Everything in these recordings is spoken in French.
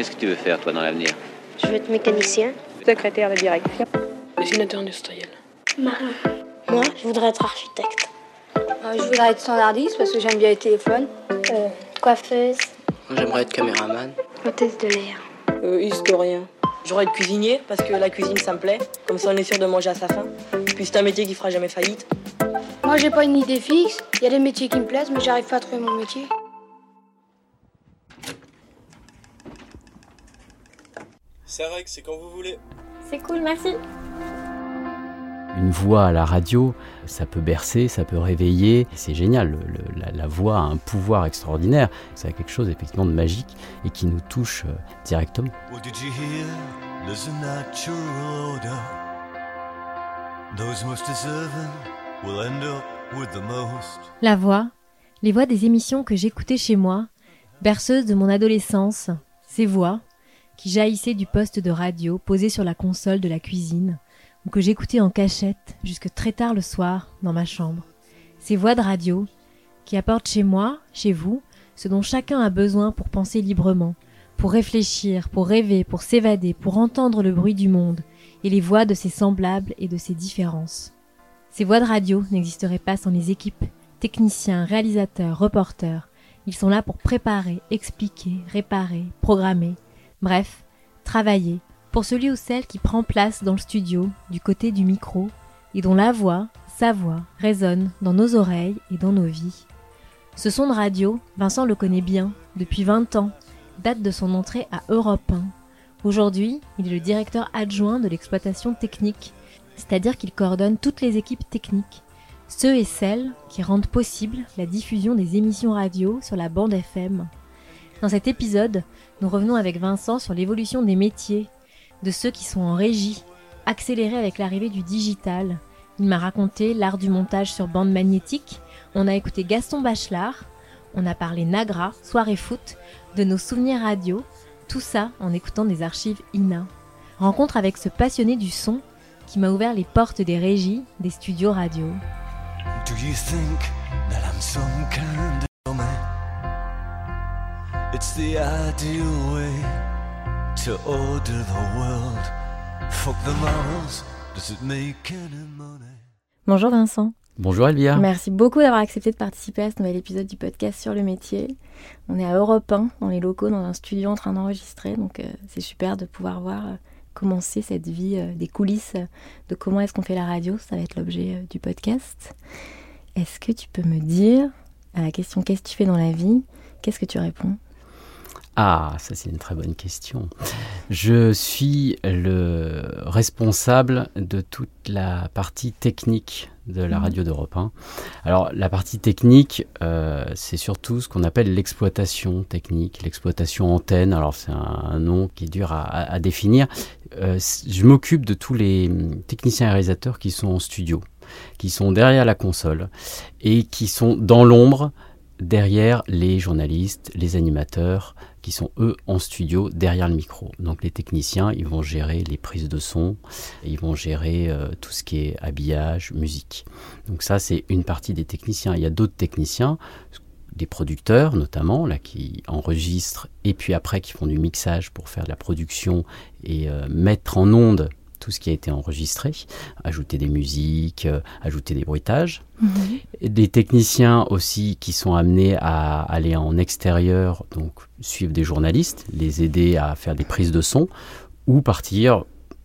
Qu'est-ce que tu veux faire, toi, dans l'avenir ? Je veux être mécanicien. Secrétaire de direction. Dessinateur industriel. Marin. Moi, je voudrais être architecte. Je voudrais être standardiste parce que j'aime bien les téléphones. Coiffeuse. Moi, j'aimerais être caméraman. Hôtesse de l'air. Historien. J'aurais être cuisinier parce que la cuisine ça me plaît. Comme ça on est sûr de manger à sa faim. Puis c'est un métier qui fera jamais faillite. Moi, j'ai pas une idée fixe. Il y a des métiers qui me plaisent, mais j'arrive pas à trouver mon métier. C'est vrai que c'est quand vous voulez. C'est cool, merci. Une voix à la radio, ça peut bercer, ça peut réveiller. C'est génial, la voix a un pouvoir extraordinaire. C'est quelque chose effectivement de magique et qui nous touche directement. La voix, les voix des émissions que j'écoutais chez moi, berceuses de mon adolescence, ces voix qui jaillissaient du poste de radio posé sur la console de la cuisine, ou que j'écoutais en cachette jusque très tard le soir dans ma chambre. Ces voix de radio qui apportent chez moi, chez vous, ce dont chacun a besoin pour penser librement, pour réfléchir, pour rêver, pour s'évader, pour entendre le bruit du monde et les voix de ses semblables et de ses différences. Ces voix de radio n'existeraient pas sans les équipes, techniciens, réalisateurs, reporters. Ils sont là pour préparer, expliquer, réparer, programmer, bref, travailler, pour celui ou celle qui prend place dans le studio, du côté du micro, et dont la voix, sa voix, résonne dans nos oreilles et dans nos vies. Ce son de radio, Vincent le connaît bien, depuis 20 ans, date de son entrée à Europe 1. Aujourd'hui, il est le directeur adjoint de l'exploitation technique, c'est-à-dire qu'il coordonne toutes les équipes techniques, ceux et celles qui rendent possible la diffusion des émissions radio sur la bande FM. Dans cet épisode, nous revenons avec Vincent sur l'évolution des métiers, de ceux qui sont en régie, accélérés avec l'arrivée du digital. Il m'a raconté l'art du montage sur bande magnétique, on a écouté Gaston Bachelard, on a parlé Nagra, soirée foot, de nos souvenirs radio, tout ça en écoutant des archives INA. Rencontre avec ce passionné du son qui m'a ouvert les portes des régies, des studios radio. Do you think that I'm some kind of man? It's the ideal way to order the world. Fuck the morals, does it make any money? Bonjour Vincent. Bonjour Elvia. Merci beaucoup d'avoir accepté de participer à ce nouvel épisode du podcast sur le métier. On est à Europe 1, dans les locaux, dans un studio en train d'enregistrer, donc c'est super de pouvoir voir comment c'est cette vie des coulisses, de comment est-ce qu'on fait la radio, ça va être l'objet du podcast. Est-ce que tu peux me dire, à la question « Qu'est-ce que tu fais dans la vie ?», qu'est-ce que tu réponds ? Ah, ça c'est une très bonne question. Je suis le responsable de toute la partie technique de la radio d'Europe 1. Alors la partie technique, c'est surtout ce qu'on appelle l'exploitation technique, l'exploitation antenne. Alors c'est un nom qui est dur à définir. Je m'occupe de tous les techniciens et réalisateurs qui sont en studio, qui sont derrière la console et qui sont dans l'ombre derrière les journalistes, les animateurs qui sont eux en studio derrière le micro. Donc les techniciens, ils vont gérer les prises de son, et ils vont gérer tout ce qui est habillage, musique. Donc ça c'est une partie des techniciens. Il y a d'autres techniciens, des producteurs notamment, là qui enregistrent et puis après qui font du mixage pour faire de la production et mettre en onde tout ce qui a été enregistré, ajouter des musiques, ajouter des bruitages. Et des techniciens aussi qui sont amenés à aller en extérieur, donc suivre des journalistes, les aider à faire des prises de son, ou partir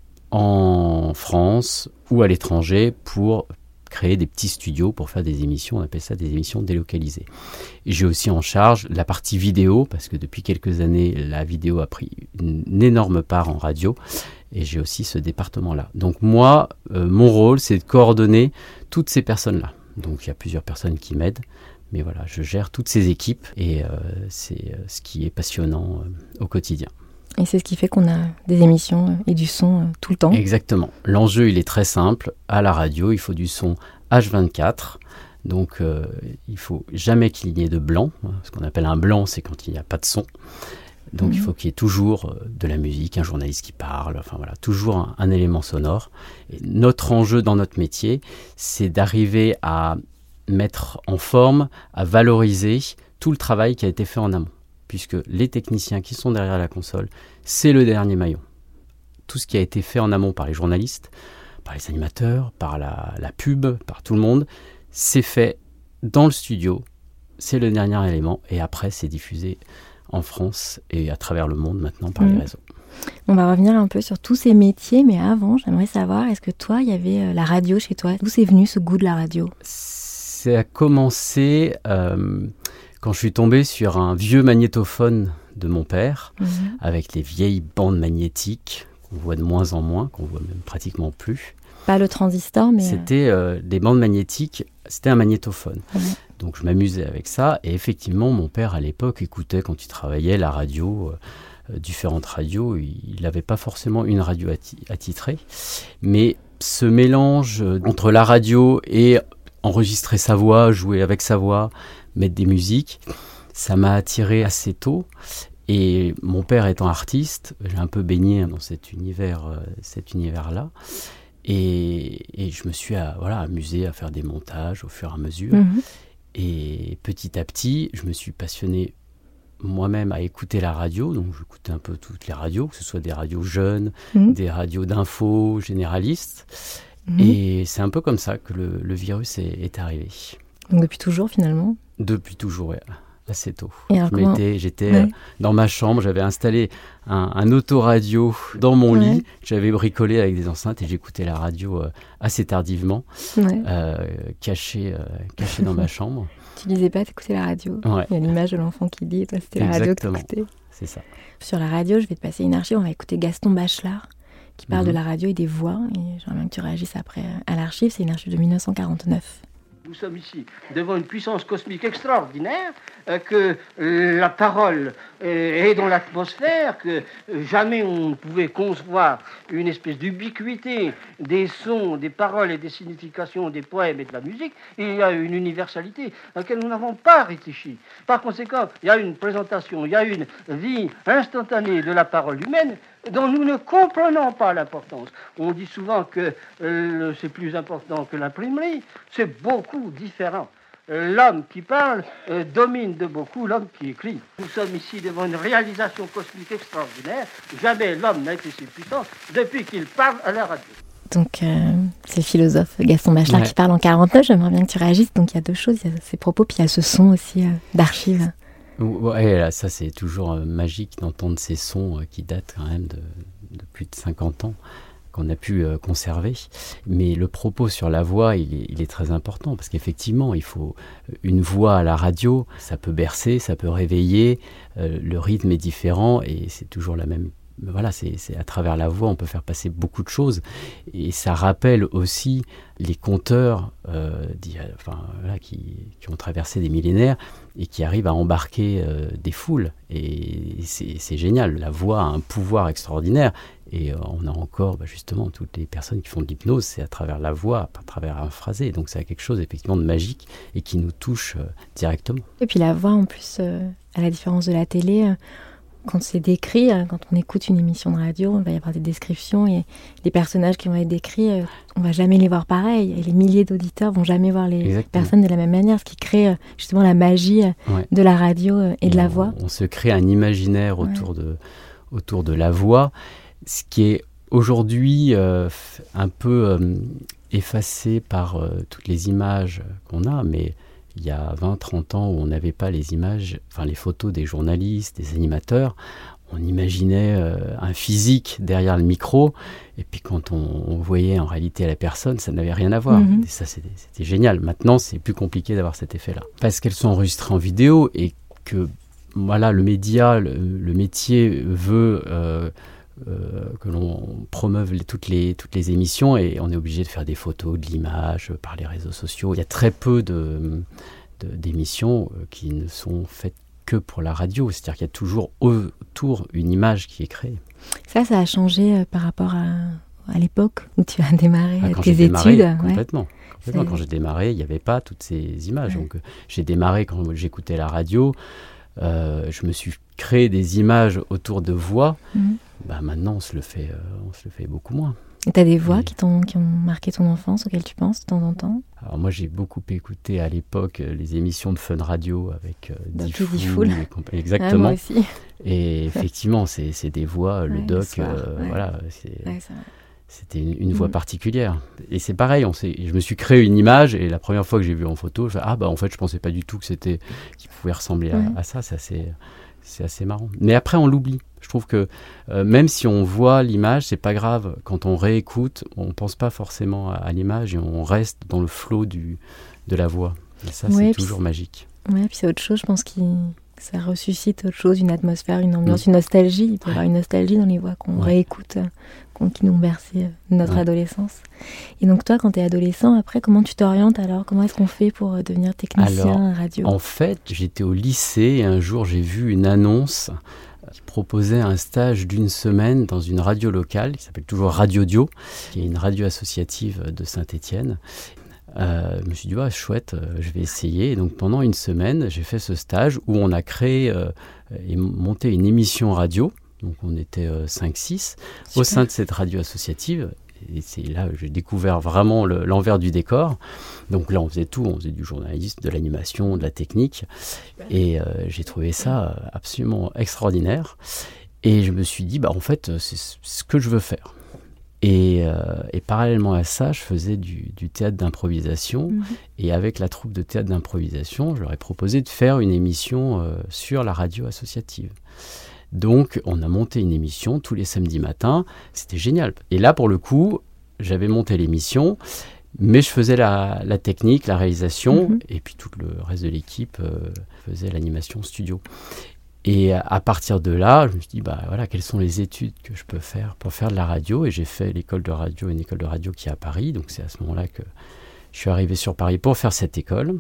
en France ou à l'étranger pour créer des petits studios pour faire des émissions, on appelle ça des émissions délocalisées. Et j'ai aussi en charge la partie vidéo, parce que depuis quelques années, la vidéo a pris une énorme part en radio, et j'ai aussi ce département-là. Donc moi, mon rôle, c'est de coordonner toutes ces personnes-là. Donc il y a plusieurs personnes qui m'aident, mais voilà, je gère toutes ces équipes, et c'est ce qui est passionnant au quotidien. Et c'est ce qui fait qu'on a des émissions et du son tout le temps. Exactement. L'enjeu, il est très simple. À la radio, il faut du son H24. Donc, il ne faut jamais qu'il y ait de blanc. Ce qu'on appelle un blanc, c'est quand il n'y a pas de son. Donc, il faut qu'il y ait toujours de la musique, un journaliste qui parle. Enfin, voilà, toujours un élément sonore. Et notre enjeu dans notre métier, c'est d'arriver à mettre en forme, à valoriser tout le travail qui a été fait en amont. puisque les techniciens qui sont derrière la console, c'est le dernier maillon. Tout ce qui a été fait en amont par les journalistes, par les animateurs, par la pub, par tout le monde, c'est fait dans le studio, c'est le dernier élément, et après c'est diffusé en France et à travers le monde maintenant par les réseaux. On va revenir un peu sur tous ces métiers, mais avant, j'aimerais savoir, est-ce que toi, il y avait la radio chez toi? D'où c'est venu ce goût de la radio? Ça a commencé quand je suis tombé sur un vieux magnétophone de mon père, avec les vieilles bandes magnétiques qu'on voit de moins en moins, qu'on voit même pratiquement plus. Pas le transistor, mais... C'était des bandes magnétiques, c'était un magnétophone. Donc je m'amusais avec ça, et effectivement, mon père, à l'époque, écoutait, quand il travaillait, la radio... différentes radios, il n'avait pas forcément une radio attitrée, mais ce mélange entre la radio et enregistrer sa voix, jouer avec sa voix, mettre des musiques, ça m'a attiré assez tôt. Et mon père étant artiste, j'ai un peu baigné dans cet univers-là, et je me suis amusé à faire des montages au fur et à mesure. Et petit à petit, je me suis passionné moi-même à écouter la radio, donc j'écoutais un peu toutes les radios, que ce soit des radios jeunes, des radios d'infos généralistes, et c'est un peu comme ça que le virus est arrivé. Donc depuis toujours finalement? Depuis toujours, ouais, assez tôt. Et alors, j'étais dans ma chambre, j'avais installé un autoradio dans mon lit, j'avais bricolé avec des enceintes et j'écoutais la radio assez tardivement, caché dans ma chambre. Tu lisais pas, t'écoutais la radio. Il y a l'image de l'enfant qui lit, et toi c'était la radio que t'écoutais. C'est ça. Sur la radio, je vais te passer une archive, on va écouter Gaston Bachelard qui parle de la radio et des voix, et j'aimerais bien que tu réagisses après à l'archive, c'est une archive de 1949. Nous sommes ici devant une puissance cosmique extraordinaire, que la parole est dans l'atmosphère, que jamais on ne pouvait concevoir une espèce d'ubiquité des sons, des paroles et des significations des poèmes et de la musique. Il y a une universalité à laquelle nous n'avons pas réfléchi. Par conséquent, il y a une présentation, il y a une vie instantanée de la parole humaine dont nous ne comprenons pas l'importance. On dit souvent que c'est plus important que l'imprimerie, c'est beaucoup différent. L'homme qui parle domine de beaucoup l'homme qui écrit. Nous sommes ici devant une réalisation cosmique extraordinaire. Jamais l'homme n'a été si puissant depuis qu'il parle à la radio. Donc, c'est le philosophe Gaston Bachelard qui parle en 49. J'aimerais bien que tu réagisses. Donc, il y a deux choses. Il y a ses propos, puis il y a ce son aussi d'archives. Ouais, là, ça c'est toujours magique d'entendre ces sons qui datent quand même de plus de 50 ans, qu'on a pu conserver. Mais le propos sur la voix, il est très important, parce qu'effectivement, il faut une voix à la radio, ça peut bercer, ça peut réveiller, le rythme est différent, et c'est toujours la même... Voilà, c'est à travers la voix, on peut faire passer beaucoup de choses, et ça rappelle aussi les conteurs qui ont traversé des millénaires et qui arrivent à embarquer des foules, et c'est génial. La voix a un pouvoir extraordinaire, et on a encore justement toutes les personnes qui font de l'hypnose, c'est à travers la voix, à travers un phrasé, donc c'est quelque chose effectivement de magique et qui nous touche directement. Et puis la voix en plus, à la différence de la télé, quand c'est décrit, quand on écoute une émission de radio, il va y avoir des descriptions, et les personnages qui vont être décrits, on va jamais les voir pareil, et les milliers d'auditeurs vont jamais voir les personnes de la même manière, ce qui crée justement la magie de la radio et de la voix. On se crée un imaginaire autour de la voix, ce qui est aujourd'hui un peu effacé par toutes les images qu'on a, mais il y a 20-30 ans où on n'avait pas les images, enfin les photos des journalistes, des animateurs, on imaginait un physique derrière le micro, et puis quand on voyait en réalité la personne, ça n'avait rien à voir. Et ça, c'était génial. Maintenant, c'est plus compliqué d'avoir cet effet-là. Parce qu'elles sont enregistrées en vidéo, et que voilà, le média, le métier veut que l'on promeuve toutes les émissions, et on est obligé de faire des photos, de l'image par les réseaux sociaux. Il y a très peu d'émissions qui ne sont faites que pour la radio, c'est-à-dire qu'il y a toujours autour une image qui est créée. Ça a changé par rapport à l'époque où tu as démarré tes études. Complètement. Quand j'ai démarré, il n'y avait pas toutes ces images. Donc j'ai démarré quand j'écoutais la radio, je me suis créé des images autour de voix. Maintenant, on se le fait beaucoup moins. Et t'as des voix qui ont marqué ton enfance, auxquelles tu penses de temps en temps? Alors moi, j'ai beaucoup écouté à l'époque les émissions de Fun Radio avec Diffoul. Exactement. Moi aussi. Et effectivement, c'est des voix, le doc, voilà, c'était une voix particulière. Et c'est pareil, je me suis créé une image et la première fois que j'ai vu en photo, je me suis dit, en fait, je pensais pas du tout qu'il pouvait ressembler à ça. C'est assez marrant. Mais après, on l'oublie. Je trouve que même si on voit l'image, c'est pas grave. Quand on réécoute, on pense pas forcément à l'image et on reste dans le flot de la voix. Et ça, c'est toujours magique. Ouais, puis c'est autre chose, je pense que ça ressuscite autre chose, une atmosphère, une ambiance, une nostalgie. Il peut y avoir une nostalgie dans les voix qu'on réécoute, qui nous ont bercé notre adolescence. Et donc toi, quand tu es adolescent, après, comment tu t'orientes alors? Comment est-ce qu'on fait pour devenir technicien radio? En fait, j'étais au lycée et un jour, j'ai vu une annonce qui proposait un stage d'1 semaine dans une radio locale, qui s'appelle toujours Radio Dio, qui est une radio associative de Saint-Étienne. Je me suis dit, chouette, je vais essayer. Et donc pendant 1 semaine, j'ai fait ce stage où on a créé et monté une émission radio. Donc on était 5-6 au sein de cette radio associative. Et c'est là que j'ai découvert vraiment l'envers du décor. Donc là, on faisait tout. On faisait du journalisme, de l'animation, de la technique. Et j'ai trouvé ça absolument extraordinaire. Et je me suis dit, en fait, c'est ce que je veux faire. Et parallèlement à ça, je faisais du théâtre d'improvisation. Et avec la troupe de théâtre d'improvisation, je leur ai proposé de faire une émission sur la radio associative. Donc, on a monté une émission tous les samedis matins. C'était génial. Et là, pour le coup, j'avais monté l'émission, mais je faisais la technique, la réalisation, et puis tout le reste de l'équipe faisait l'animation studio. Et à partir de là, je me suis dit, quelles sont les études que je peux faire pour faire de la radio? Et j'ai fait une école de radio qui est à Paris. Donc, c'est à ce moment-là que je suis arrivé sur Paris pour faire cette école.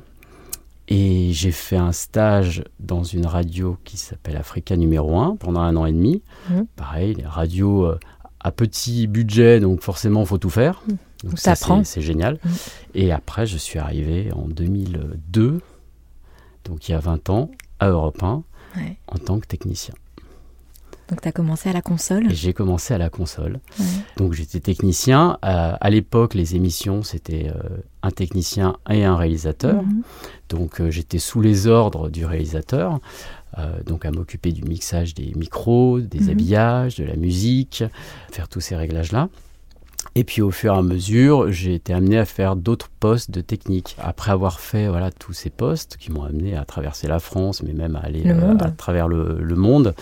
Et j'ai fait un stage dans une radio qui s'appelle Africa numéro 1 pendant 1 an et demi. Pareil, les radios à petit budget, donc forcément, il faut tout faire. Donc ça, c'est génial. Et après, je suis arrivé en 2002, donc il y a 20 ans, à Europe 1, en tant que technicien. Donc tu as commencé à la console? Et j'ai commencé à la console. Donc j'étais technicien. À l'époque, les émissions, c'était un technicien et un réalisateur. Donc j'étais sous les ordres du réalisateur, donc à m'occuper du mixage des micros, des habillages, de la musique, faire tous ces réglages-là. Et puis au fur et à mesure, j'ai été amené à faire d'autres postes de technique. Après avoir fait tous ces postes qui m'ont amené à traverser la France, mais même à aller à travers le monde,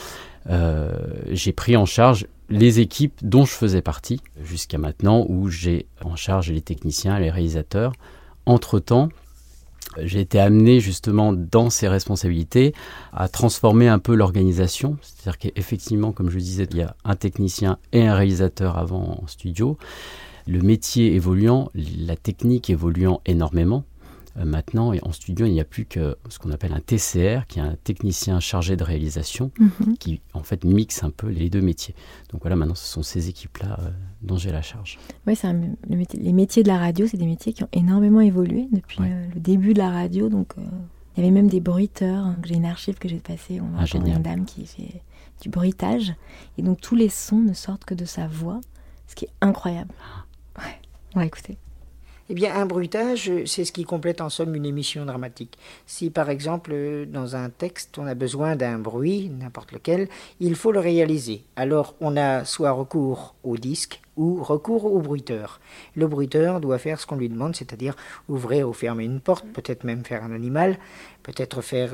j'ai pris en charge les équipes dont je faisais partie, jusqu'à maintenant où j'ai en charge les techniciens et les réalisateurs. Entre-temps, j'ai été amené justement dans ces responsabilités à transformer un peu l'organisation. C'est-à-dire qu'effectivement, comme je le disais, il y a un technicien et un réalisateur avant en studio. Le métier évoluant, la technique évoluant énormément. Maintenant, en studio, il n'y a plus que ce qu'on appelle un TCR, qui est un technicien chargé de réalisation, qui en fait mixe un peu les deux métiers. Donc voilà, maintenant, ce sont ces équipes-là dont j'ai la charge. Oui, les métiers de la radio, c'est des métiers qui ont énormément évolué depuis le début de la radio. Donc, il y avait même des bruiteurs. J'ai une archive que j'ai passée. On va entendre une dame qui fait du bruitage. Et donc, tous les sons ne sortent que de sa voix, ce qui est incroyable. Ouais, on va écouter. Eh bien, un bruitage, c'est ce qui complète en somme une émission dramatique. Si, par exemple, dans un texte, on a besoin d'un bruit, n'importe lequel, il faut le réaliser. Alors, on a soit recours au disque ou recours au bruiteur. Le bruiteur doit faire ce qu'on lui demande, c'est-à-dire ouvrir ou fermer une porte, peut-être même faire un animal, peut-être faire,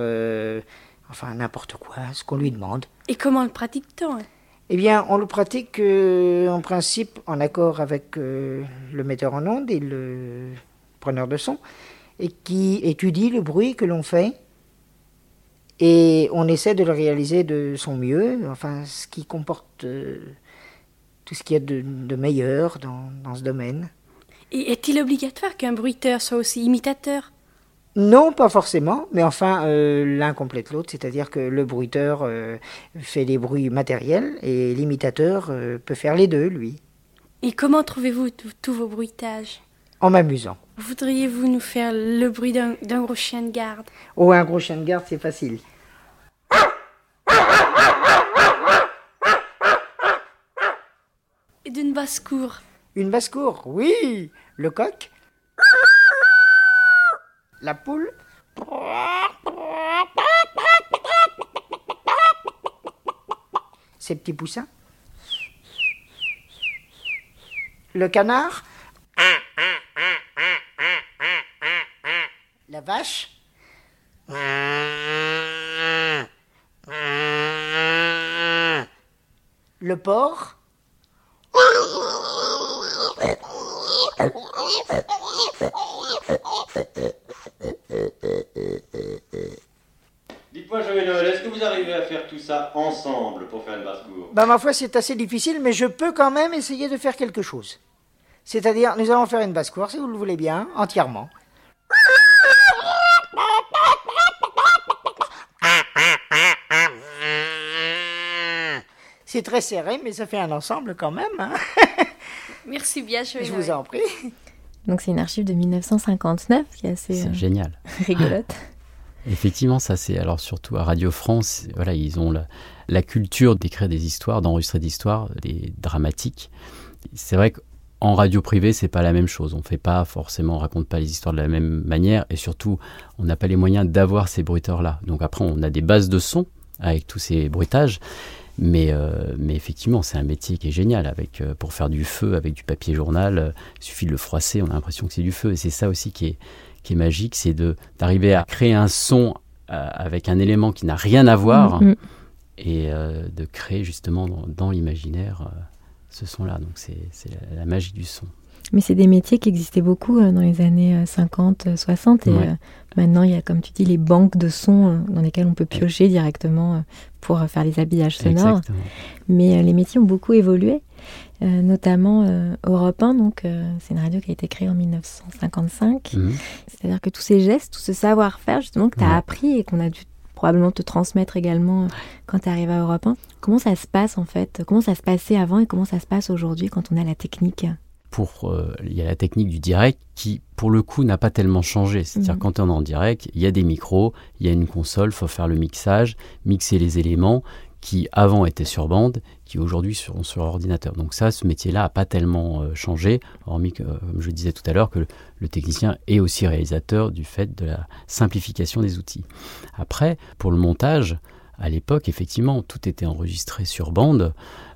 n'importe quoi, ce qu'on lui demande. Et comment le pratique-t-on ? Eh bien, on le pratique en principe en accord avec le metteur en onde et le preneur de son, et qui étudie le bruit que l'on fait, et on essaie de le réaliser de son mieux, ce qui comporte tout ce qu'il y a de meilleur dans ce domaine. Et est-il obligatoire qu'un bruiteur soit aussi imitateur ? Non, pas forcément, mais l'un complète l'autre, c'est-à-dire que le bruiteur fait des bruits matériels et l'imitateur peut faire les deux, lui. Et comment trouvez-vous tous vos bruitages ? En m'amusant. Voudriez-vous nous faire le bruit d'un gros chien de garde ? Oh, un gros chien de garde, c'est facile. Et d'une basse-cour ? Une basse-cour, oui. Le coq. La poule. Ces petits poussins. Le canard. La vache. Le porc. Dites-moi, Joël Noël, est-ce que vous arrivez à faire tout ça ensemble pour faire une basse-cour ? Ma foi, c'est assez difficile, mais je peux quand même essayer de faire quelque chose. C'est-à-dire, nous allons faire une basse-cour, si vous le voulez bien, entièrement. C'est très serré, mais ça fait un ensemble quand même. Hein. Merci bien, je vous en prie. Donc c'est une archive de 1959 qui est assez génial. Rigolote. Effectivement, ça c'est alors surtout à Radio France, voilà, ils ont la culture d'écrire des histoires, d'enregistrer des histoires, des dramatiques. C'est vrai qu'en radio privée, c'est pas la même chose. On raconte pas les histoires de la même manière, et surtout, on n'a pas les moyens d'avoir ces bruiteurs-là. Donc après, on a des bases de son avec tous ces bruitages. Mais effectivement, c'est un métier qui est génial. Pour faire du feu avec du papier journal, il suffit de le froisser, on a l'impression que c'est du feu. Et c'est ça aussi qui est magique, c'est d'arriver à créer un son avec un élément qui n'a rien à voir et de créer justement dans l'imaginaire ce son-là. Donc c'est la magie du son. Mais c'est des métiers qui existaient beaucoup dans les années 50, 60. Et maintenant, il y a, comme tu dis, les banques de sons dans lesquelles on peut piocher directement pour faire les habillages sonores. Exactement. Mais les métiers ont beaucoup évolué, notamment Europe 1. Donc, c'est une radio qui a été créée en 1955. C'est-à-dire que tous ces gestes, tout ce savoir-faire, justement, que tu as appris et qu'on a dû probablement te transmettre également quand tu arrives à Europe 1. Comment ça se passe, en fait ? Comment ça se passait avant et comment ça se passe aujourd'hui quand on a la technique ? Il y a la technique du direct qui, pour le coup, n'a pas tellement changé. C'est-à-dire quand on est en direct, il y a des micros, il y a une console, il faut faire le mixage, mixer les éléments qui avant étaient sur bande, qui aujourd'hui seront sur ordinateur. Donc ça, ce métier-là n'a pas tellement changé, hormis que, comme je disais tout à l'heure, que le technicien est aussi réalisateur du fait de la simplification des outils. Après, pour le montage, à l'époque, effectivement, tout était enregistré sur bande.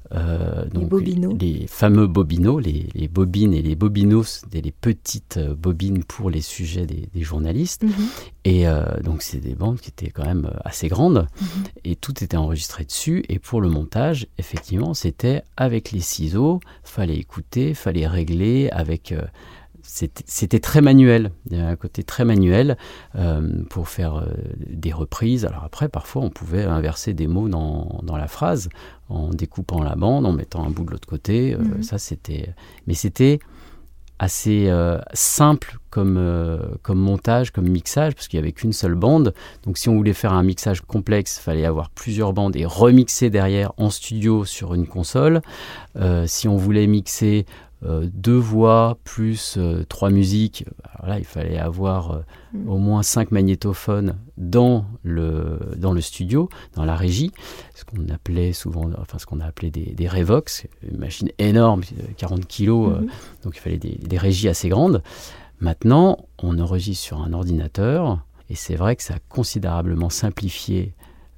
Donc les fameux bobinos, les bobines et les bobinos, les petites bobines pour les sujets des journalistes. Et donc c'est des bandes qui étaient quand même assez grandes et tout était enregistré dessus. Et pour le montage, effectivement, c'était avec les ciseaux, fallait écouter, fallait régler avec... C'était très manuel, il y avait un côté très manuel pour faire des reprises. Alors après, parfois, on pouvait inverser des mots dans la phrase en découpant la bande, en mettant un bout de l'autre côté. Ça, mais c'était assez simple comme montage, comme mixage, parce qu'il n'y avait qu'une seule bande. Donc si on voulait faire un mixage complexe, il fallait avoir plusieurs bandes et remixer derrière en studio sur une console. Si on voulait mixer 2 voix plus 3 musiques, alors là il fallait avoir au moins 5 magnétophones dans le studio, dans la régie, ce qu'on appelait souvent, ce qu'on a appelé des Revox, une machine énorme, 40 kilos, donc il fallait des régies assez grandes. Maintenant, on enregistre sur un ordinateur et c'est vrai que ça a considérablement simplifié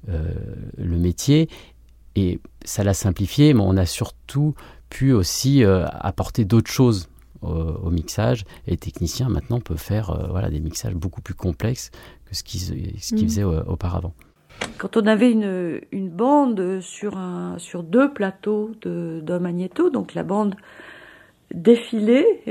le métier, et ça l'a simplifié, mais on a surtout pu aussi apporter d'autres choses au mixage. Et les techniciens maintenant peuvent faire des mixages beaucoup plus complexes que ce qu'ils faisaient auparavant. Quand on avait une bande sur 2 plateaux d'un magnéto, donc la bande défilée,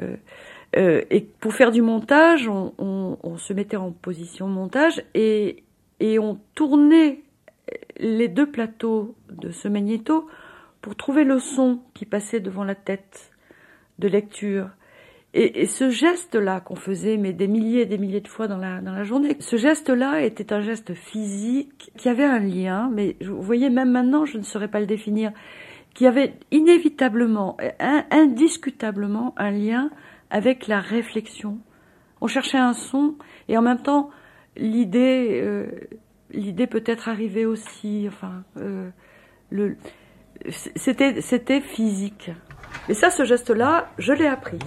et pour faire du montage, on se mettait en position montage et on tournait les 2 plateaux de ce magnéto pour trouver le son qui passait devant la tête de lecture. Et ce geste-là qu'on faisait, mais des milliers et des milliers de fois dans la journée, ce geste-là était un geste physique qui avait un lien, mais vous voyez, même maintenant, je ne saurais pas le définir, qui avait inévitablement, indiscutablement un lien avec la réflexion. On cherchait un son, et en même temps, l'idée peut-être arrivait aussi, c'était physique. Mais ça, ce geste-là, je l'ai appris.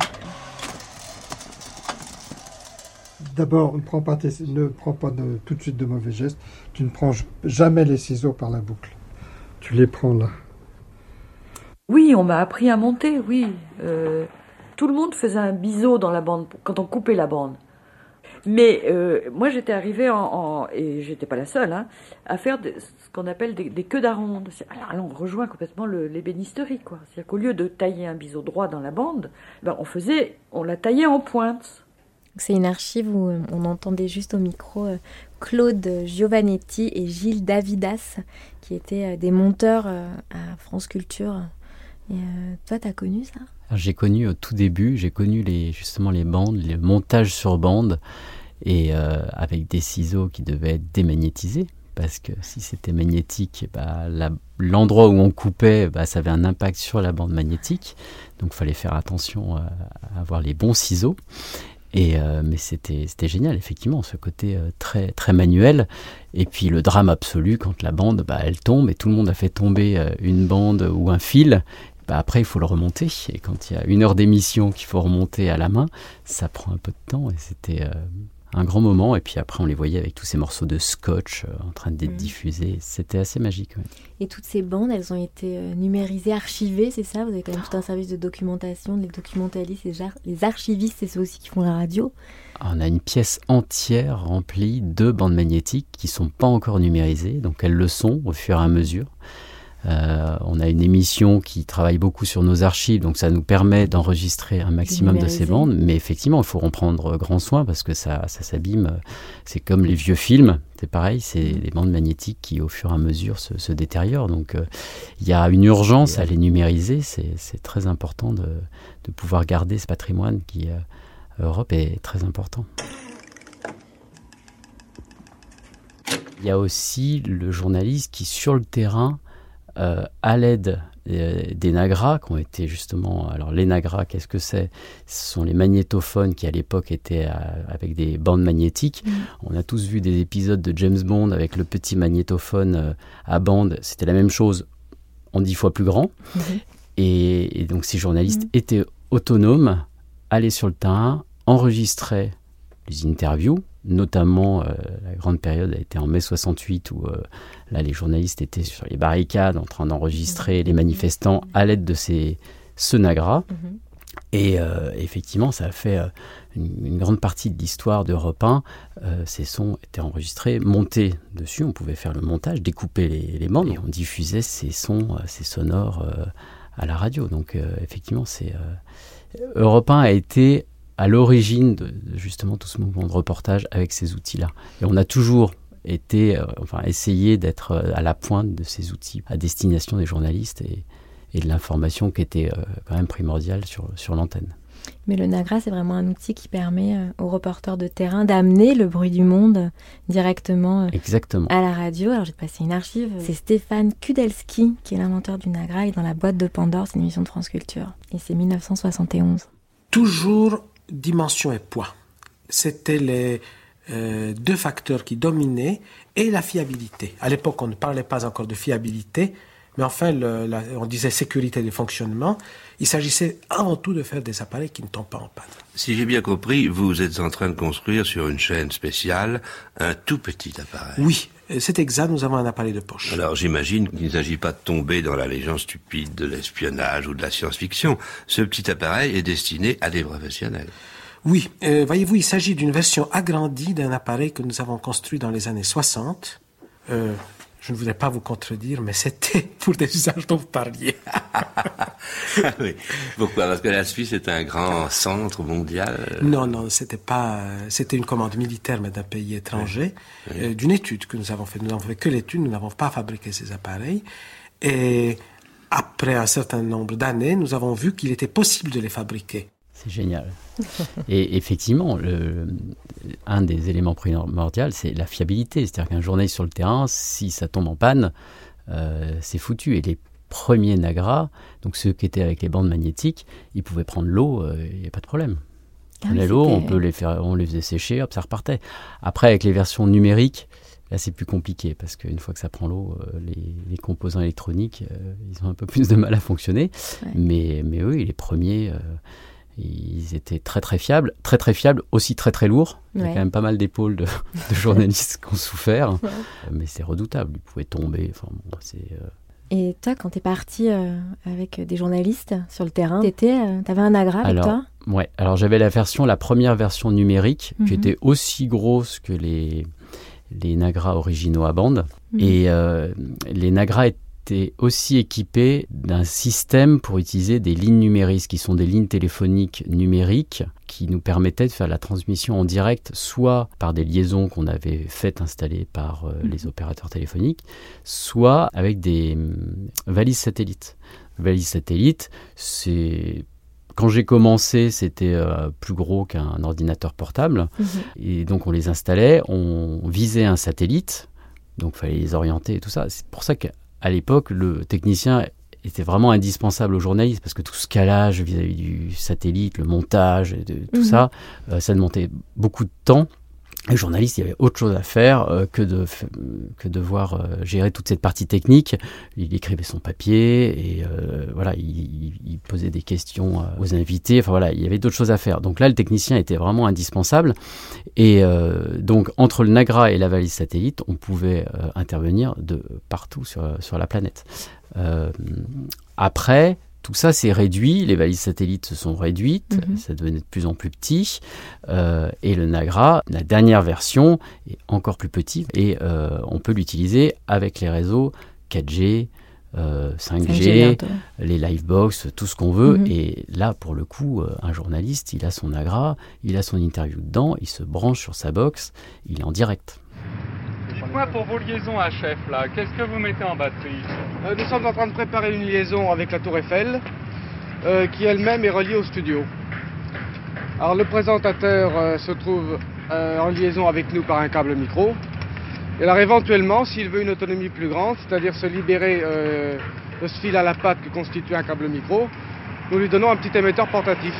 D'abord, ne prends pas tout de suite de mauvais gestes. Tu ne prends jamais les ciseaux par la boucle. Tu les prends là. Oui, on m'a appris à monter, oui. Tout le monde faisait un biseau dans la bande, quand on coupait la bande. Mais moi, j'étais arrivée et j'étais pas la seule, à faire ce qu'on appelle des queues d'aronde. Alors là, on rejoint complètement l'ébénisterie, quoi. C'est-à-dire qu'au lieu de tailler un biseau droit dans la bande, on la taillait en pointe. C'est une archive où on entendait juste au micro Claude Giovannetti et Gilles Davidas, qui étaient des monteurs à France Culture. Et toi, t'as connu ça ? Alors, j'ai connu au tout début, justement les bandes, le montage sur bande, et avec des ciseaux qui devaient être démagnétisés, parce que si c'était magnétique, l'endroit où on coupait, ça avait un impact sur la bande magnétique, donc il fallait faire attention à avoir les bons ciseaux. Mais c'était génial, effectivement, ce côté très, très manuel. Et puis le drame absolu, quand la bande, elle tombe, et tout le monde a fait tomber une bande ou un fil, après il faut le remonter. Et quand il y a 1 heure d'émission qu'il faut remonter à la main, ça prend un peu de temps. Et c'était un grand moment. Et puis après, on les voyait avec tous ces morceaux de scotch en train d'être diffusés. C'était assez magique. Ouais. Et toutes ces bandes, elles ont été numérisées, archivées, c'est ça ? Vous avez quand même tout un service de documentation, les documentalistes, les archivistes, c'est ceux aussi qui font la radio. On a une pièce entière remplie de bandes magnétiques qui ne sont pas encore numérisées. Donc elles le sont au fur et à mesure. On a une émission qui travaille beaucoup sur nos archives, donc ça nous permet d'enregistrer un maximum de ces bandes, mais effectivement il faut en prendre grand soin parce que ça s'abîme. C'est comme les vieux films, c'est pareil, c'est les bandes magnétiques qui au fur et à mesure se détériorent, donc il y a une urgence à les numériser. C'est très important de pouvoir garder ce patrimoine qui à Europe est très important. Il y a aussi le journaliste qui sur le terrain, à l'aide des NAGRA qui ont été justement... Alors les NAGRA, qu'est-ce que c'est ? Ce sont les magnétophones qui à l'époque étaient avec des bandes magnétiques. On a tous vu des épisodes de James Bond avec le petit magnétophone à bande. C'était la même chose en 10 fois plus grand. Et donc ces journalistes étaient autonomes, allaient sur le terrain, enregistraient les interviews, notamment la grande période a été en mai 68 où là les journalistes étaient sur les barricades en train d'enregistrer les manifestants à l'aide de ce NAGRA. Et effectivement ça a fait une grande partie de l'histoire d'Europe 1. Ces sons étaient enregistrés, montés dessus, on pouvait faire le montage, découper les bandes et on diffusait ces sons, ces sonores à la radio. Donc effectivement Europe 1 a été à l'origine de justement tout ce mouvement de reportage avec ces outils-là. Et on a toujours essayé d'être à la pointe de ces outils à destination des journalistes et de l'information qui était quand même primordiale sur l'antenne. Mais le NAGRA, c'est vraiment un outil qui permet aux reporters de terrain d'amener le bruit du monde directement à la radio. Alors, j'ai passé une archive. C'est Stéphane Kudelski qui est l'inventeur du NAGRA. Et dans la boîte de Pandore, c'est une émission de France Culture. Et c'est 1971. Toujours dimension et poids. C'était les 2 facteurs qui dominaient et la fiabilité. À l'époque, on ne parlait pas encore de fiabilité, mais enfin, on disait sécurité de fonctionnement. Il s'agissait avant tout de faire des appareils qui ne tombent pas en panne. Si j'ai bien compris, vous êtes en train de construire sur une chaîne spéciale un tout petit appareil. Oui, c'est exact, nous avons un appareil de poche. Alors j'imagine qu'il ne s'agit pas de tomber dans la légende stupide de l'espionnage ou de la science-fiction. Ce petit appareil est destiné à des professionnels. Oui, voyez-vous, il s'agit d'une version agrandie d'un appareil que nous avons construit dans les années 60. Je ne voudrais pas vous contredire, mais c'était pour des usages dont vous parliez. Oui. Pourquoi ? Parce que la Suisse est un grand centre mondial. Non, c'était une commande militaire, mais d'un pays étranger, d'une étude que nous avons faite. Nous n'avons fait que l'étude, nous n'avons pas fabriqué ces appareils. Et après un certain nombre d'années, nous avons vu qu'il était possible de les fabriquer. C'est génial. Et effectivement, un des éléments primordiaux, c'est la fiabilité. C'est-à-dire qu'un journaliste sur le terrain, si ça tombe en panne, c'est foutu. Et les premiers NAGRA, donc ceux qui étaient avec les bandes magnétiques, ils pouvaient prendre l'eau, il n'y a pas de problème. L'eau, on les faisait sécher, hop, ça repartait. Après, avec les versions numériques, Là, c'est plus compliqué parce qu'une fois que ça prend l'eau, les composants électroniques, ils ont un peu plus de mal à fonctionner. Ouais. Mais eux, les premiers, ils étaient très très fiables, aussi très très lourds. Il y a quand même pas mal d'épaules de journalistes qui ont souffert, mais c'est redoutable. Ils pouvaient tomber. Enfin, bon, Et toi, quand t'es parti avec des journalistes sur le terrain, t'avais un Nagra avec toi ? Ouais. Alors j'avais la première version numérique, qui était aussi grosse que les Nagra originaux à bande. Et les Nagra étaient aussi équipés d'un système pour utiliser des lignes numéristes, qui sont des lignes téléphoniques numériques, qui nous permettaient de faire la transmission en direct, soit par des liaisons qu'on avait faites installer par les opérateurs téléphoniques, soit avec des valises satellites. Valises satellites, c'est... Quand j'ai commencé, c'était plus gros qu'un ordinateur portable. Et donc, on les installait, on visait un satellite. Donc, il fallait les orienter et tout ça. C'est pour ça qu'à l'époque, le technicien était vraiment indispensable aux journalistes, parce que tout ce calage vis-à-vis du satellite, le montage, tout ça, ça demandait beaucoup de temps. Les journalistes, il y avait autre chose à faire que de devoir gérer toute cette partie technique. Il écrivait son papier et voilà, il posait des questions aux invités. Enfin voilà, il y avait d'autres choses à faire. Donc là, le technicien était vraiment indispensable. Et donc, entre le Nagra et la valise satellite, on pouvait intervenir de partout sur la planète. Après... Tout ça s'est réduit, les valises satellites se sont réduites, ça devenait de plus en plus petit, et le Nagra, la dernière version, est encore plus petit, et on peut l'utiliser avec les réseaux 4G, 5G, les Livebox, tout ce qu'on veut, et là, pour le coup, un journaliste, il a son Nagra, il a son interview dedans, il se branche sur sa box, il est en direct. Dites-moi, pour vos liaisons HF, là, qu'est-ce que vous mettez en batterie ? Nous sommes en train de préparer une liaison avec la Tour Eiffel, qui elle-même est reliée au studio. Alors le présentateur se trouve en liaison avec nous par un câble micro. Et alors éventuellement, s'il veut une autonomie plus grande, c'est-à-dire se libérer de ce fil à la patte que constitue un câble micro, nous lui donnons un petit émetteur portatif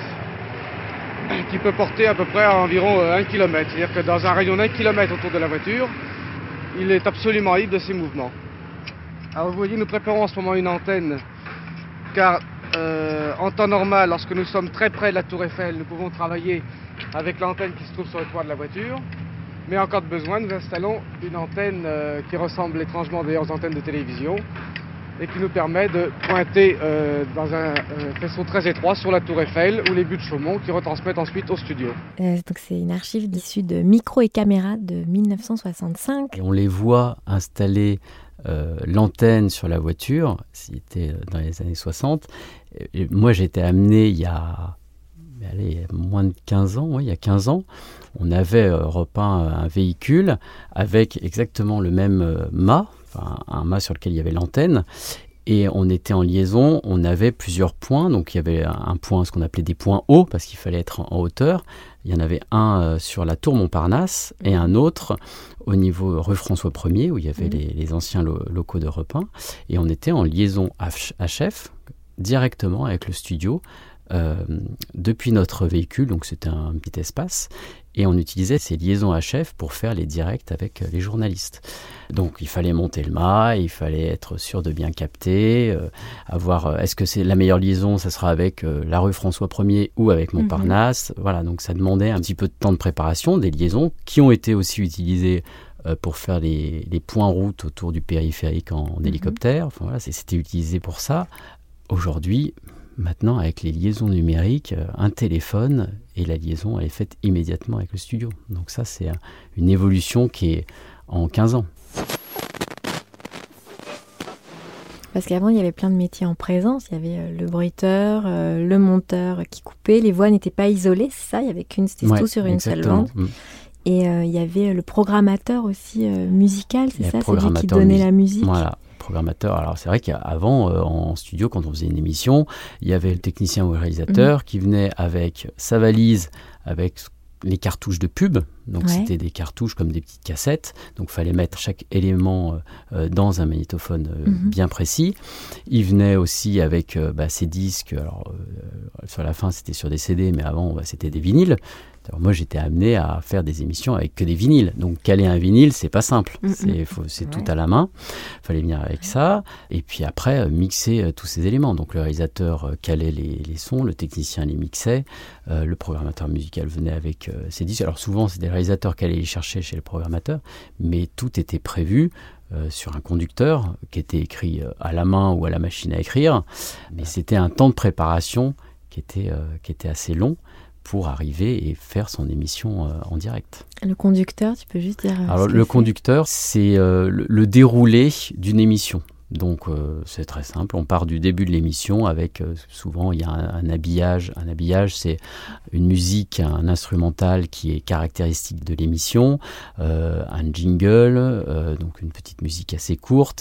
qui peut porter à peu près à environ 1 km. C'est-à-dire que dans un rayon d'1 km autour de la voiture, il est absolument libre de ses mouvements. Alors vous voyez, nous préparons en ce moment une antenne, car en temps normal, lorsque nous sommes très près de la Tour Eiffel, nous pouvons travailler avec l'antenne qui se trouve sur le toit de la voiture. Mais en cas de besoin, nous installons une antenne qui ressemble étrangement d'ailleurs aux antennes de télévision et qui nous permet de pointer dans un faisceau très étroit sur la Tour Eiffel ou les buts de Chaumont qui retransmettent ensuite au studio. Donc c'est une archive issue de Micro et Caméra de 1965. Et on les voit installer l'antenne sur la voiture, c'était dans les années 60. Et moi, j'ai été amené il y a moins de 15 ans, il y a 15 ans. On avait repeint un véhicule avec exactement le même mât, enfin, un mât sur lequel il y avait l'antenne, et on était en liaison, on avait plusieurs points, donc il y avait un point, ce qu'on appelait des points hauts, parce qu'il fallait être en hauteur. Il y en avait un sur la tour Montparnasse et un autre au niveau rue François 1er, où il y avait les anciens locaux d'Europe 1, et on était en liaison HF, directement avec le studio, depuis notre véhicule, donc c'était un petit espace, et on utilisait ces liaisons HF pour faire les directs avec les journalistes. Donc il fallait monter le mât, il fallait être sûr de bien capter, est-ce que c'est la meilleure liaison, ça sera avec la rue François 1er ou avec Montparnasse. Voilà, donc ça demandait un petit peu de temps de préparation, des liaisons qui ont été aussi utilisées pour faire les points routes autour du périphérique en hélicoptère. Enfin, voilà, c'était utilisé pour ça. Aujourd'hui, maintenant, avec les liaisons numériques, un téléphone et la liaison, elle est faite immédiatement avec le studio. Donc ça, c'est une évolution qui est en 15 ans. Parce qu'avant, il y avait plein de métiers en présence. Il y avait le bruiteur, le monteur qui coupait. Les voix n'étaient pas isolées, c'est ça. Il y avait c'était tout sur une seule bande. Et il y avait le programmateur aussi musical, c'est ça, c'est lui qui donnait la musique. Voilà. Programmateur. Alors c'est vrai qu'avant, en studio, quand on faisait une émission, il y avait le technicien ou le réalisateur qui venait avec sa valise, avec les cartouches de pub. Donc c'était des cartouches comme des petites cassettes. Donc il fallait mettre chaque élément dans un magnétophone bien précis. Il venait aussi avec ces disques. Alors sur la fin c'était sur des CD, mais avant c'était des vinyles. Alors moi, j'étais amené à faire des émissions avec que des vinyles. Donc, caler un vinyle, c'est pas simple. C'est tout à la main. Il fallait venir avec ça. Et puis après, mixer tous ces éléments. Donc, le réalisateur calait les sons, le technicien les mixait, le programmateur musical venait avec ses disques. Alors, souvent, c'est des réalisateurs qui allaient les chercher chez le programmateur, mais tout était prévu sur un conducteur qui était écrit à la main ou à la machine à écrire. Mais c'était un temps de préparation qui était assez long pour arriver et faire son émission en direct. Le conducteur, tu peux juste dire... Alors, le conducteur, c'est le déroulé d'une émission. Donc, c'est très simple. On part du début de l'émission avec, souvent, il y a un habillage. Un habillage, c'est une musique, un instrumental qui est caractéristique de l'émission, un jingle, donc une petite musique assez courte.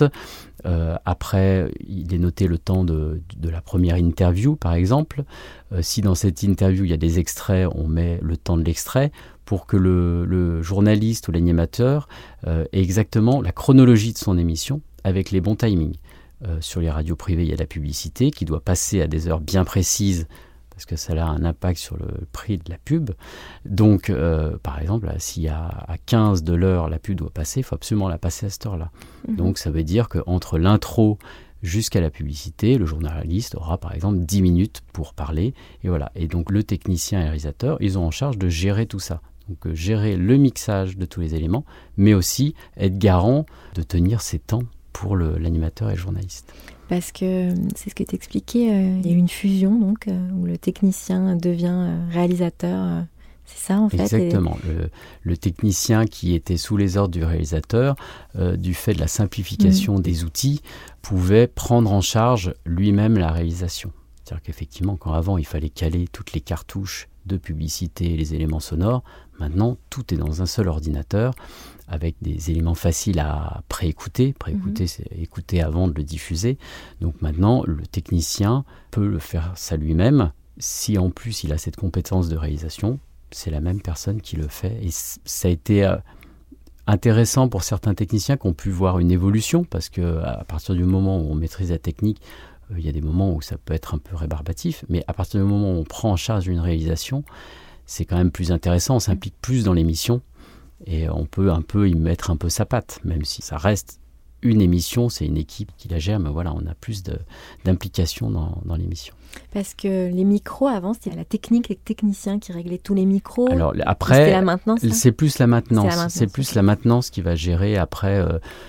Après, il est noté le temps de la première interview, par exemple. Si dans cette interview, il y a des extraits, on met le temps de l'extrait pour que le journaliste ou l'animateur ait exactement la chronologie de son émission avec les bons timings. Sur les radios privées, il y a la publicité qui doit passer à des heures bien précises parce que ça a un impact sur le prix de la pub. Donc, par exemple, s'il à 15 de l'heure, la pub doit passer, il faut absolument la passer à cette heure-là. Donc, ça veut dire qu'entre l'intro jusqu'à la publicité, le journaliste aura, par exemple, 10 minutes pour parler. Et voilà. Et donc, le technicien et le réalisateur, ils ont en charge de gérer tout ça. Donc, gérer le mixage de tous les éléments, mais aussi être garant de tenir ses temps pour l'animateur et le journaliste. Parce que c'est ce que tu expliquais, il y a eu une fusion donc, où le technicien devient réalisateur, c'est ça en fait? Exactement, le technicien qui était sous les ordres du réalisateur, du fait de la simplification des outils, pouvait prendre en charge lui-même la réalisation. C'est-à-dire qu'effectivement, quand avant il fallait caler toutes les cartouches de publicité et les éléments sonores, maintenant tout est dans un seul ordinateur, avec des éléments faciles à préécouter. Préécouter, c'est écouter avant de le diffuser. Donc maintenant, le technicien peut le faire ça lui-même. Si en plus il a cette compétence de réalisation, c'est la même personne qui le fait. Et ça a été intéressant pour certains techniciens qui ont pu voir une évolution, parce qu'à partir du moment où on maîtrise la technique, il y a des moments où ça peut être un peu rébarbatif, mais à partir du moment où on prend en charge une réalisation, c'est quand même plus intéressant, on s'implique plus dans l'émission, et on peut un peu y mettre un peu sa patte, même si ça reste une émission, c'est une équipe qui la gère, mais voilà, on a plus d'implication dans l'émission. Parce que les micros, avant, c'était la technique, les techniciens qui réglaient tous les micros. Alors après, c'était la maintenance, c'est plus la maintenance. C'est plus la maintenance qui va gérer après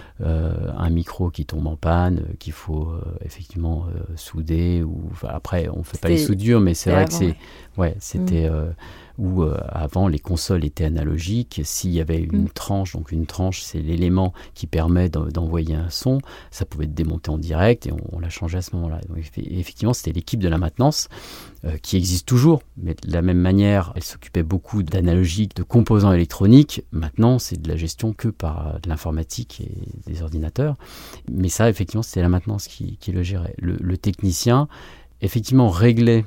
un micro qui tombe en panne, qu'il faut effectivement souder. Après, on ne fait pas les soudures, mais c'est vrai que c'était... où avant les consoles étaient analogiques, s'il y avait une tranche, donc une tranche c'est l'élément qui permet d'envoyer un son, ça pouvait être démonté en direct et on l'a changé à ce moment-là. Donc, effectivement, c'était l'équipe de la maintenance qui existe toujours, mais de la même manière, elle s'occupait beaucoup d'analogique, de composants électroniques. Maintenant, c'est de la gestion que par de l'informatique et des ordinateurs. Mais ça, effectivement, c'était la maintenance qui le gérait. Le technicien, effectivement, réglait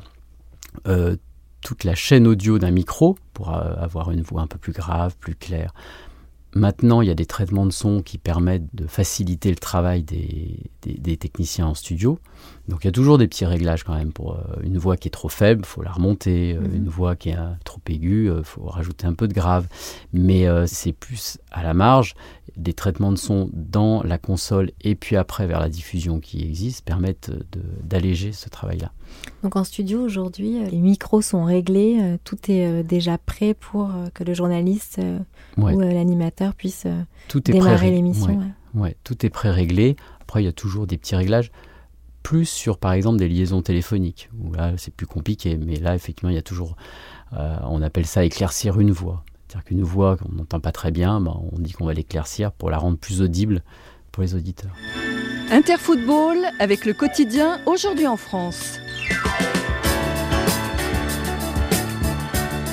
toute la chaîne audio d'un micro pour avoir une voix un peu plus grave, plus claire. Maintenant, il y a des traitements de son qui permettent de faciliter le travail des techniciens en studio. Donc, il y a toujours des petits réglages quand même. Pour une voix qui est trop faible, il faut la remonter. Une voix qui est trop aiguë, il faut rajouter un peu de grave. Mais c'est plus à la marge. Des traitements de son dans la console et puis après vers la diffusion qui existe permettent d'alléger ce travail-là. Donc en studio aujourd'hui, les micros sont réglés, tout est déjà prêt pour que le journaliste ou l'animateur puisse démarrer l'émission. Ouais, tout est pré-réglé. Après, il y a toujours des petits réglages, plus sur par exemple des liaisons téléphoniques, où là c'est plus compliqué, mais là effectivement il y a toujours, on appelle ça éclaircir une voix. C'est-à-dire qu'une voix qu'on n'entend pas très bien, on dit qu'on va l'éclaircir pour la rendre plus audible pour les auditeurs. Interfootball avec le quotidien Aujourd'hui en France.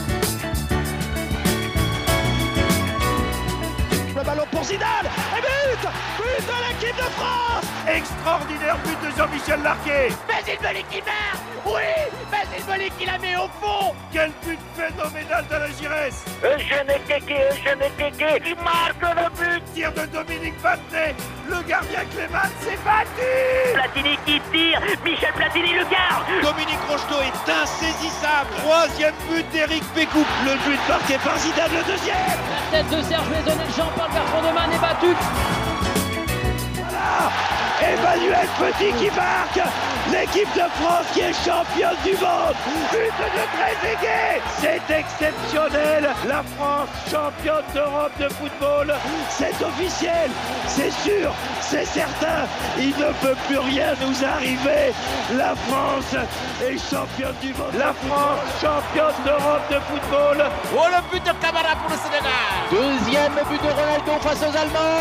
Le ballon pour Zidane et but But de l'équipe de France. Extraordinaire but de Jean-Michel Larquet. Basile Boli qui marque. Oui, Basile Boli qui la met au fond. Quel but phénoménal de la Giresse. Eugène Kéké qui marque le but. Tir de Dominique Battenet. Le gardien Clément s'est battu. Platini qui tire. Michel Platini le garde. Dominique Rocheteau est insaisissable. Troisième but d'Éric Pécou. Le but marqué par Zidane, le deuxième. La tête de Serge Maisonneuve, Jean-Paul Bertrand est battu. Voilà, Emmanuel Petit qui marque. L'équipe de France qui est championne du monde. But de Trezeguet. C'est exceptionnel. La France championne d'Europe de football. C'est officiel, c'est sûr, c'est certain. Il ne peut plus rien nous arriver. La France est championne du monde. La France championne d'Europe de football. Oh, le but de Camara pour le Sénégal. Deuxième but de Ronaldo face aux Allemands.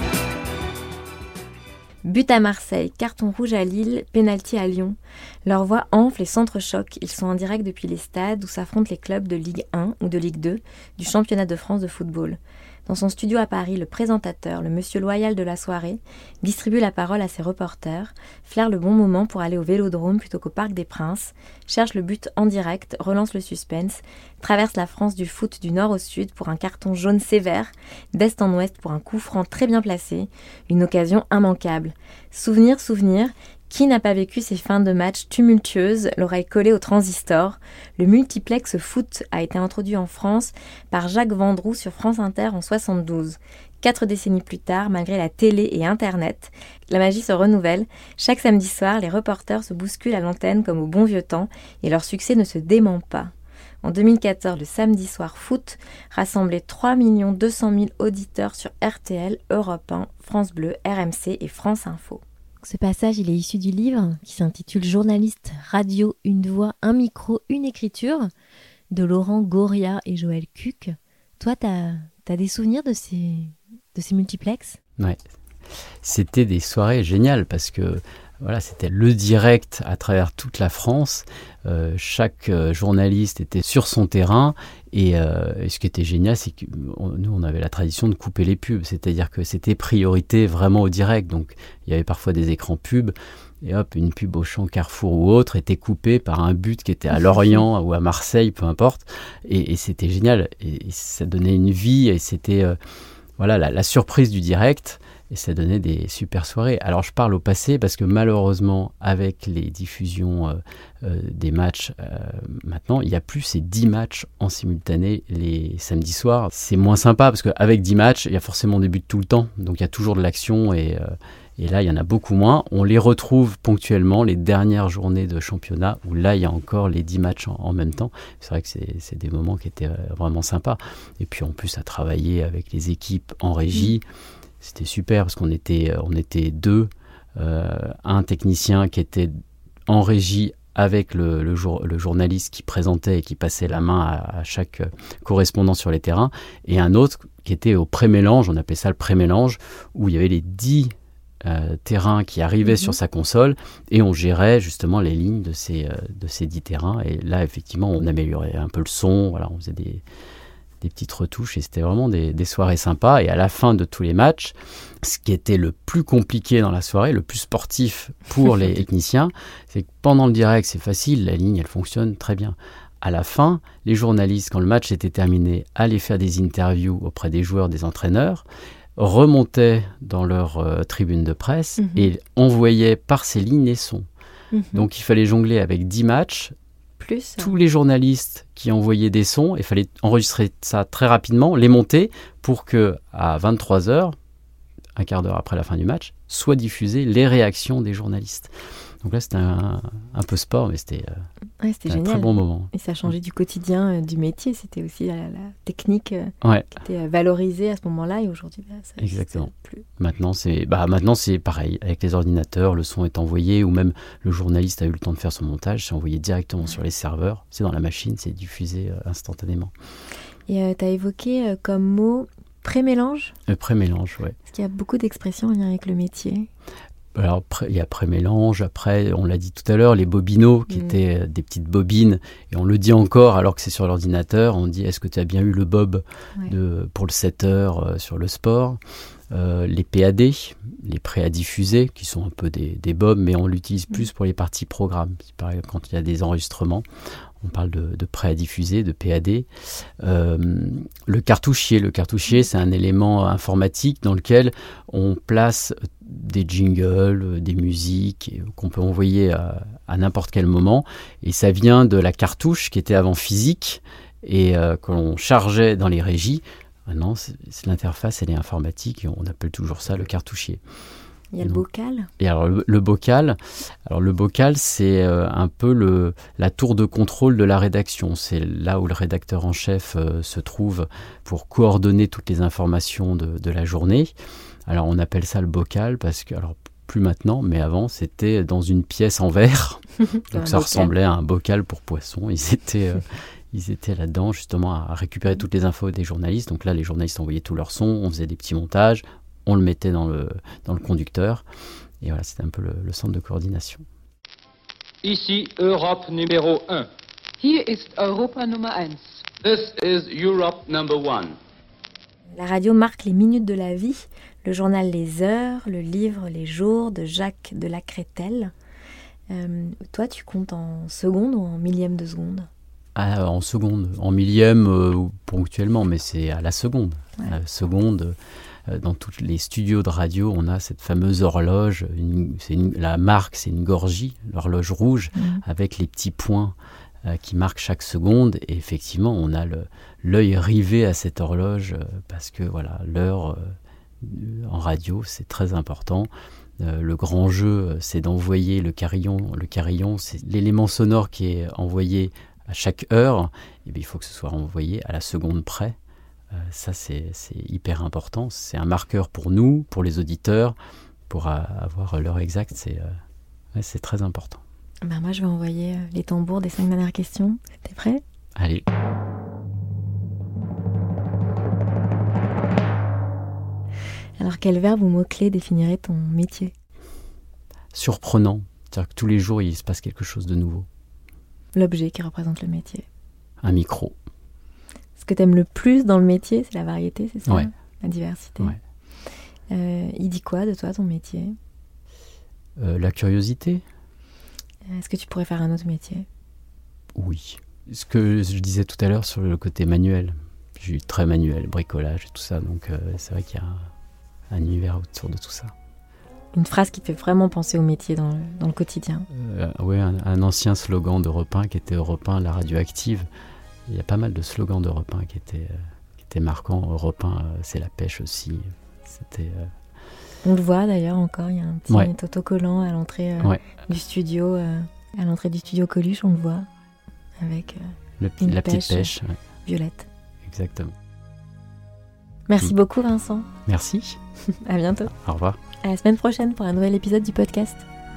But à Marseille, carton rouge à Lille, pénalty à Lyon. Leur voix enfle et s'entrechoque. Ils sont en direct depuis les stades où s'affrontent les clubs de Ligue 1 ou de Ligue 2 du championnat de France de football. Dans son studio à Paris, le présentateur, le monsieur loyal de la soirée, distribue la parole à ses reporters, flaire le bon moment pour aller au Vélodrome plutôt qu'au Parc des Princes, cherche le but en direct, relance le suspense, traverse la France du foot du nord au sud pour un carton jaune sévère, d'est en ouest pour un coup franc très bien placé, une occasion immanquable. Souvenir, qui n'a pas vécu ces fins de match tumultueuses, l'oreille collée au transistor? Le multiplex foot a été introduit en France par Jacques Vendroux sur France Inter en 72. 4 décennies plus tard, malgré la télé et Internet, la magie se renouvelle. Chaque samedi soir, les reporters se bousculent à l'antenne comme au bon vieux temps et leur succès ne se dément pas. En 2014, le samedi soir foot rassemblait 3 200 000 auditeurs sur RTL, Europe 1, France Bleu, RMC et France Info. Ce passage, il est issu du livre qui s'intitule « Journaliste, radio, une voix, un micro, une écriture » de Laurent Goria et Joël Cuc. Toi, t'as des souvenirs de ces multiplex ? Ouais, c'était des soirées géniales parce que voilà, c'était le direct à travers toute la France. Chaque journaliste était sur son terrain et ce qui était génial, c'est que nous, on avait la tradition de couper les pubs, c'est-à-dire que c'était priorité vraiment au direct. Donc, il y avait parfois des écrans pubs et hop, une pub Auchan, Carrefour ou autre était coupée par un but qui était à Lorient ou à Marseille, peu importe. Et c'était génial et ça donnait une vie et c'était voilà la surprise du direct. Et ça donnait des super soirées. Alors, je parle au passé parce que malheureusement, avec les diffusions des matchs, maintenant, il n'y a plus ces 10 matchs en simultané les samedis soirs. C'est moins sympa parce qu'avec 10 matchs, il y a forcément des buts tout le temps. Donc, il y a toujours de l'action et là, il y en a beaucoup moins. On les retrouve ponctuellement les dernières journées de championnat où là, il y a encore les 10 matchs en même temps. C'est vrai que c'est des moments qui étaient vraiment sympas. Et puis, en plus, à travailler avec les équipes en régie. C'était super parce qu'on était deux, un technicien qui était en régie avec le journaliste qui présentait et qui passait la main à chaque correspondant sur les terrains, et un autre qui était au pré-mélange, on appelait ça le pré-mélange, où il y avait les 10 terrains qui arrivaient sur sa console et on gérait justement les lignes de ces 10 terrains. Et là, effectivement, on améliorait un peu le son, voilà, on faisait des petites retouches et c'était vraiment des soirées sympas. Et à la fin de tous les matchs, ce qui était le plus compliqué dans la soirée, le plus sportif pour les techniciens, c'est que pendant le direct, c'est facile, la ligne, elle fonctionne très bien. À la fin, les journalistes, quand le match était terminé, allaient faire des interviews auprès des joueurs, des entraîneurs, remontaient dans leur tribune de presse et envoyaient par ces lignes les sons. Donc il fallait jongler avec 10 matchs, plus tous les journalistes qui envoyaient des sons, il fallait enregistrer ça très rapidement, les monter pour que à 23h, un quart d'heure après la fin du match, soient diffusées les réactions des journalistes. Donc là, c'était un peu sport, mais c'était un très bon moment. Et ça changeait du quotidien du métier. C'était aussi la technique qui était valorisée à ce moment-là. Et aujourd'hui, ça exactement. Ça plus. Maintenant, c'est pareil. Avec les ordinateurs, le son est envoyé, ou même le journaliste a eu le temps de faire son montage. C'est envoyé directement sur les serveurs. C'est dans la machine, c'est diffusé instantanément. Et tu as évoqué comme mot pré-mélange. Pré-mélange, oui. Parce qu'il y a beaucoup d'expressions en lien avec le métier. Alors, il y a pré-mélange, après, on l'a dit tout à l'heure, les bobineaux, qui étaient des petites bobines, et on le dit encore alors que c'est sur l'ordinateur, on dit « Est-ce que tu as bien eu le bob pour le 7 heures sur le sport ?» les PAD, les prêts à diffuser, qui sont un peu des BOM, mais on l'utilise plus pour les parties programmes. Par exemple, quand il y a des enregistrements, on parle de prêts à diffuser, de PAD. Le cartouchier, c'est un élément informatique dans lequel on place des jingles, des musiques qu'on peut envoyer à n'importe quel moment. Et ça vient de la cartouche qui était avant physique et que l'on chargeait dans les régies. Maintenant, l'interface, elle est informatique et on appelle toujours ça le cartouchier. Il y a le bocal. Et alors le bocal, c'est un peu la tour de contrôle de la rédaction. C'est là où le rédacteur en chef se trouve pour coordonner toutes les informations de la journée. Alors on appelle ça le bocal parce que, alors plus maintenant, mais avant c'était dans une pièce en verre. Donc ça ressemblait à un bocal pour poissons. Ils étaient là-dedans justement à récupérer toutes les infos des journalistes. Donc là, les journalistes envoyaient tous leurs sons, on faisait des petits montages, on le mettait dans le conducteur. Et voilà, c'était un peu le centre de coordination. Ici, Europe numéro 1. Hier ist Europa Nummer 1. This is Europe number 1. La radio marque les minutes de la vie, le journal Les Heures, le livre Les Jours de Jacques de la Crételle. Toi, tu comptes en secondes ou en millième de seconde ? En seconde, en millième ponctuellement, mais c'est à la seconde. Ouais. À la seconde, dans tous les studios de radio, on a cette fameuse horloge. La marque, c'est une Gorgie, l'horloge rouge, avec les petits points qui marquent chaque seconde. Et effectivement, on a l'œil rivé à cette horloge parce que voilà, l'heure en radio, c'est très important. Le grand jeu, c'est d'envoyer le carillon. Le carillon, c'est l'élément sonore qui est envoyé à chaque heure. Et bien, il faut que ce soit envoyé à la seconde près. Ça, c'est hyper important. C'est un marqueur pour nous, pour les auditeurs, pour avoir l'heure exacte. C'est très important. Ben moi, je vais envoyer les tambours des 5 dernières questions. T'es prêt ? Allez. Alors, quel verbe ou mot-clé définirait ton métier ? Surprenant. C'est-à-dire que tous les jours, il se passe quelque chose de nouveau. L'objet qui représente le métier. Un micro. Ce que tu aimes le plus dans le métier, c'est la variété, c'est ça ? Ouais. La diversité. Ouais. Il dit quoi de toi, ton métier ? La curiosité. Est-ce que tu pourrais faire un autre métier ? Oui. Ce que je disais tout à l'heure sur le côté manuel. Je suis très manuel, bricolage et tout ça. Donc c'est vrai qu'il y a un univers autour de tout ça. Une phrase qui te fait vraiment penser au métier dans le quotidien. Oui, un ancien slogan d'Europe 1 qui était Europe 1, la radioactive. Il y a pas mal de slogans d'Europe 1 qui étaient marquants. Europe 1, c'est la pêche aussi. C'était... On le voit d'ailleurs encore, il y a un petit autocollant à l'entrée du studio. À l'entrée du studio Coluche, on le voit. Avec la petite pêche. Violette. Exactement. Merci beaucoup Vincent. Merci. À bientôt. Au revoir. À la semaine prochaine pour un nouvel épisode du podcast.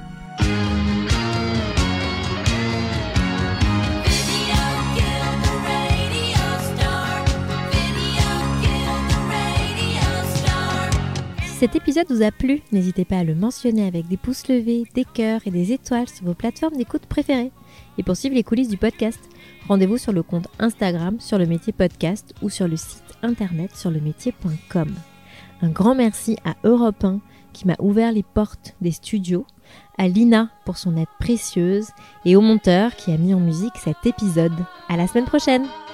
Si cet épisode vous a plu, n'hésitez pas à le mentionner avec des pouces levés, des cœurs et des étoiles sur vos plateformes d'écoute préférées. Et pour suivre les coulisses du podcast, rendez-vous sur le compte Instagram sur le métier podcast ou sur le site internet sur lemétier.com. Un grand merci à Europe 1 qui m'a ouvert les portes des studios, à Lina pour son aide précieuse et au monteur qui a mis en musique cet épisode. À la semaine prochaine!